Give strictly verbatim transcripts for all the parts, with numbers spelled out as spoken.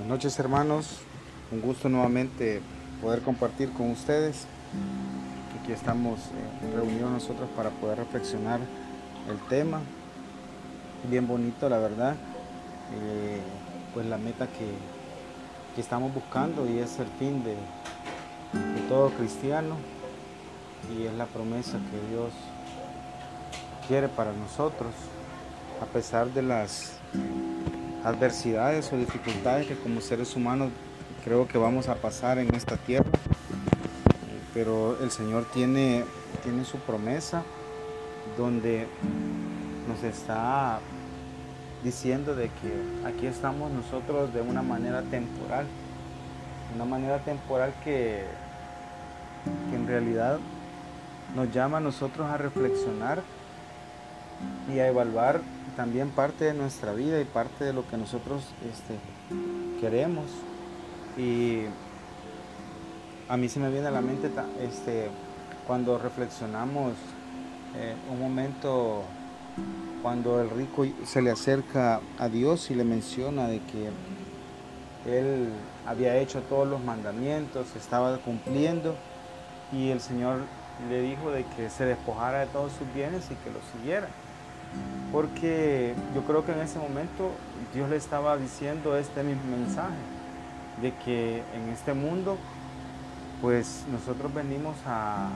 noches, hermanos, un gusto nuevamente poder compartir con ustedes. Aquí estamos eh, reunidos nosotros para poder reflexionar el tema, bien bonito la verdad, eh, pues la meta que, que estamos buscando y es el fin de, de todo cristiano y es la promesa que Dios quiere para nosotros, a pesar de las adversidades o dificultades que como seres humanos creo que vamos a pasar en esta tierra, pero el Señor tiene, tiene su promesa donde nos está diciendo de que aquí estamos nosotros de una manera temporal, una manera temporal que, que en realidad nos llama a nosotros a reflexionar y a evaluar también parte de nuestra vida y parte de lo que nosotros este, queremos. Y a mí se me viene a la mente este, cuando reflexionamos eh, un momento cuando el rico se le acerca a Dios y le menciona de que él había hecho todos los mandamientos, estaba cumpliendo, y el Señor le dijo de que se despojara de todos sus bienes y que lo siguiera. Porque yo creo que en ese momento Dios le estaba diciendo este mismo mensaje, de que en este mundo pues nosotros venimos a,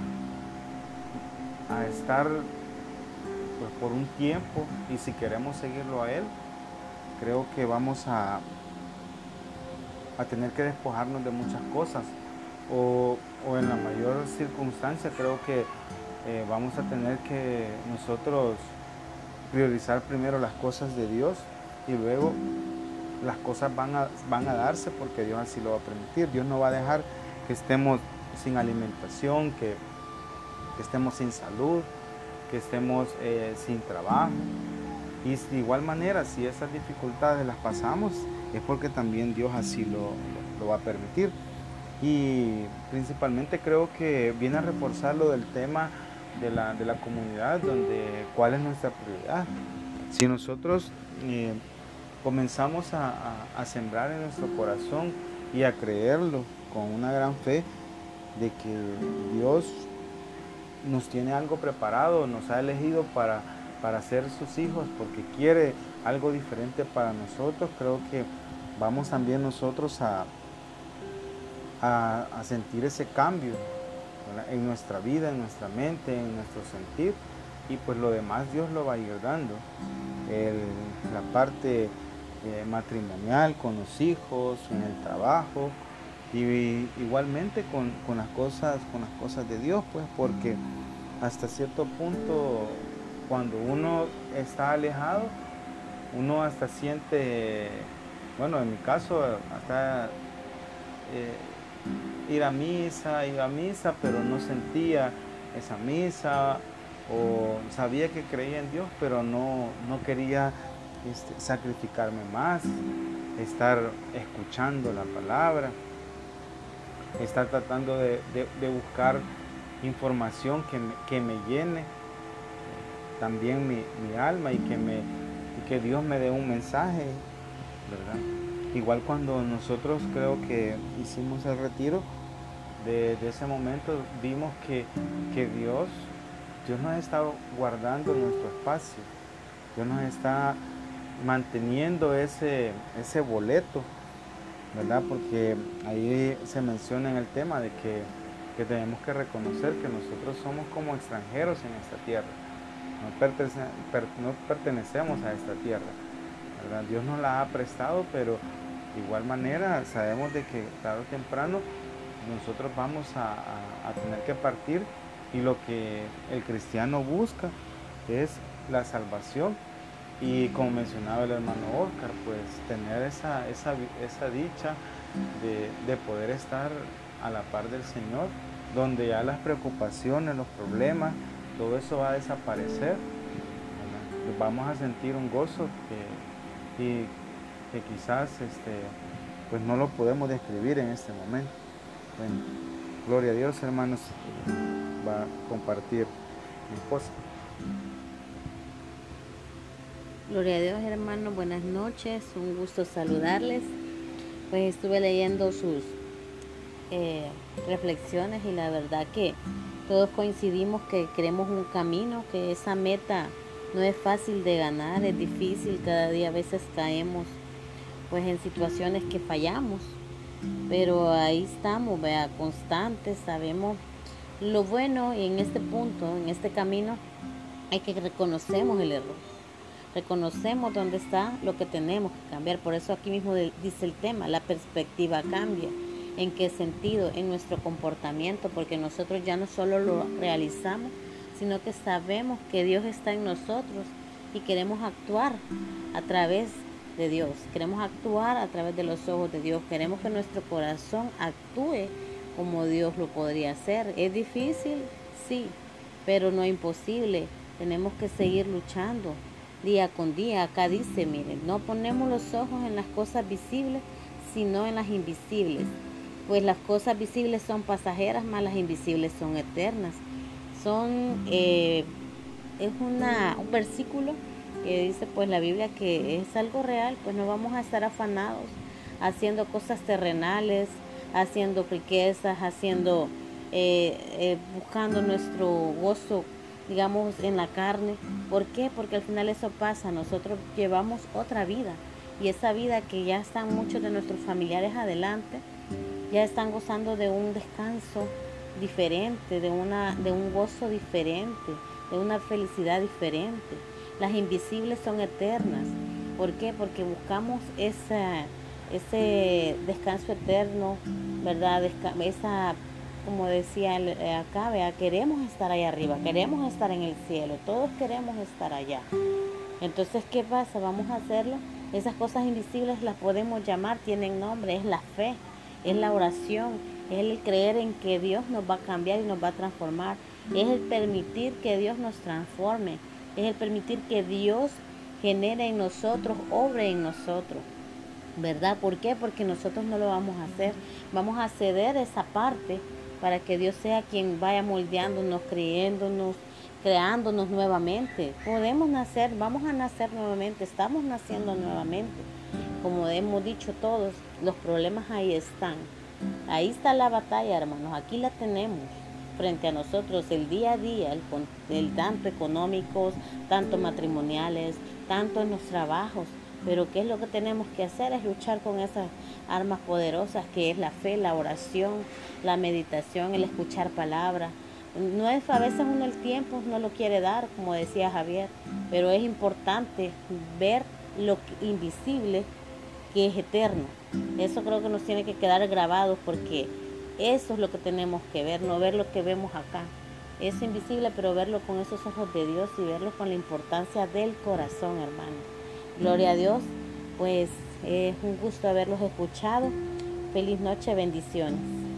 a estar pues por un tiempo, y si queremos seguirlo a Él, creo que vamos a, a tener que despojarnos de muchas cosas, o, o en la mayor circunstancia creo que eh, vamos a tener que nosotros priorizar primero las cosas de Dios y luego las cosas van a, van a darse porque Dios así lo va a permitir. Dios no va a dejar que estemos sin alimentación, que, que estemos sin salud, que estemos eh, sin trabajo. Y de igual manera, si esas dificultades las pasamos, es porque también Dios así lo, lo, lo va a permitir. Y principalmente creo que viene a reforzar lo del tema de la, de la comunidad, donde cuál es nuestra prioridad. Si nosotros eh, comenzamos a, a, a sembrar en nuestro corazón y a creerlo con una gran fe de que Dios nos tiene algo preparado, nos ha elegido para, para ser sus hijos porque quiere algo diferente para nosotros, creo que vamos también nosotros a, a, a sentir ese cambio, ¿verdad?, en nuestra vida, en nuestra mente, en nuestro sentir, y pues lo demás Dios lo va a ir dando. El, la parte eh, matrimonial con los hijos, en el trabajo, y igualmente con, con las cosas con las cosas de Dios, pues porque hasta cierto punto cuando uno está alejado, uno hasta siente, bueno, en mi caso hasta eh, ir a misa, iba a misa, pero no sentía esa misa, o sabía que creía en Dios, pero no, no quería este, sacrificarme más, estar escuchando la palabra, estar tratando de, de, de buscar información que me, que me llene también mi, mi alma, y que, me, y que Dios me dé un mensaje, ¿verdad? Igual cuando nosotros creo que hicimos el retiro, de, de ese momento vimos que, que Dios, Dios nos está guardando nuestro espacio, Dios nos está manteniendo ese, ese boleto, ¿verdad? Porque ahí se menciona en el tema de que, que tenemos que reconocer que nosotros somos como extranjeros en esta tierra, no, pertenece, per, no pertenecemos a esta tierra, ¿verdad? Dios nos la ha prestado, pero de igual manera sabemos de que tarde o temprano nosotros vamos a, a, a tener que partir, y lo que el cristiano busca es la salvación. Y como mencionaba el hermano Oscar, pues tener esa, esa, esa dicha de, de poder estar a la par del Señor, donde ya las preocupaciones, los problemas, todo eso va a desaparecer, ¿verdad? Vamos a sentir un gozo que, y, que quizás este, pues no lo podemos describir en este momento. Bueno, gloria a Dios, hermanos, va a compartir mi esposa. Gloria a Dios, hermanos, buenas noches, un gusto saludarles. pues estuve leyendo sus eh, reflexiones y la verdad que todos coincidimos que queremos un camino, que esa meta no es fácil de ganar, es difícil, cada día a veces caemos pues en situaciones que fallamos, pero ahí estamos, vea, constantes, sabemos lo bueno y en este punto, en este camino, hay que reconocemos el error, reconocemos dónde está lo que tenemos que cambiar. Por eso aquí mismo dice el tema, la perspectiva cambia. ¿En qué sentido? En nuestro comportamiento, porque nosotros ya no solo lo realizamos, sino que sabemos que Dios está en nosotros y queremos actuar a través de Dios, queremos actuar a través de los ojos de Dios, queremos que nuestro corazón actúe como Dios lo podría hacer. ¿Es difícil? Sí, pero no es imposible. Tenemos que seguir luchando día con día. Acá dice, miren, no ponemos los ojos en las cosas visibles, sino en las invisibles. Pues las cosas visibles son pasajeras, más las invisibles son eternas. Son, eh, es una, un versículo que dice pues la Biblia que es algo real, pues no vamos a estar afanados haciendo cosas terrenales, haciendo riquezas, haciendo, eh, eh, buscando nuestro gozo, digamos, en la carne. ¿Por qué? Porque al final eso pasa, nosotros llevamos otra vida y esa vida que ya están muchos de nuestros familiares adelante, ya están gozando de un descanso diferente, de, una, de un gozo diferente, de una felicidad diferente. Las invisibles son eternas. ¿Por qué? Porque buscamos esa, ese descanso eterno, ¿verdad? Desca esa, como decía acá, ¿verdad? Queremos estar allá arriba, queremos estar en el cielo, todos queremos estar allá. Entonces, ¿qué pasa? Vamos a hacerlo. Esas cosas invisibles las podemos llamar, tienen nombre, es la fe, es la oración, es el creer en que Dios nos va a cambiar y nos va a transformar, es el permitir que Dios nos transforme, es el permitir que Dios genere en nosotros, obre en nosotros, ¿verdad? ¿Por qué? Porque nosotros no lo vamos a hacer, vamos a ceder esa parte para que Dios sea quien vaya moldeándonos, creyéndonos, creándonos nuevamente. Podemos nacer, vamos a nacer nuevamente, estamos naciendo nuevamente. Como hemos dicho todos, los problemas ahí están. Ahí está la batalla, hermanos, aquí la tenemos frente a nosotros el día a día, el, el tanto económicos, tanto matrimoniales, tanto en los trabajos. Pero ¿qué es lo que tenemos que hacer? Es luchar con esas armas poderosas que es la fe, la oración, la meditación, el escuchar palabras. No es, a veces uno el tiempo no lo quiere dar, como decía Javier, pero es importante ver lo invisible que es eterno. Eso creo que nos tiene que quedar grabado porque eso es lo que tenemos que ver, no ver lo que vemos acá. Es invisible, pero verlo con esos ojos de Dios y verlo con la importancia del corazón, hermano. Gloria a Dios, pues es un gusto haberlos escuchado. Feliz noche, bendiciones.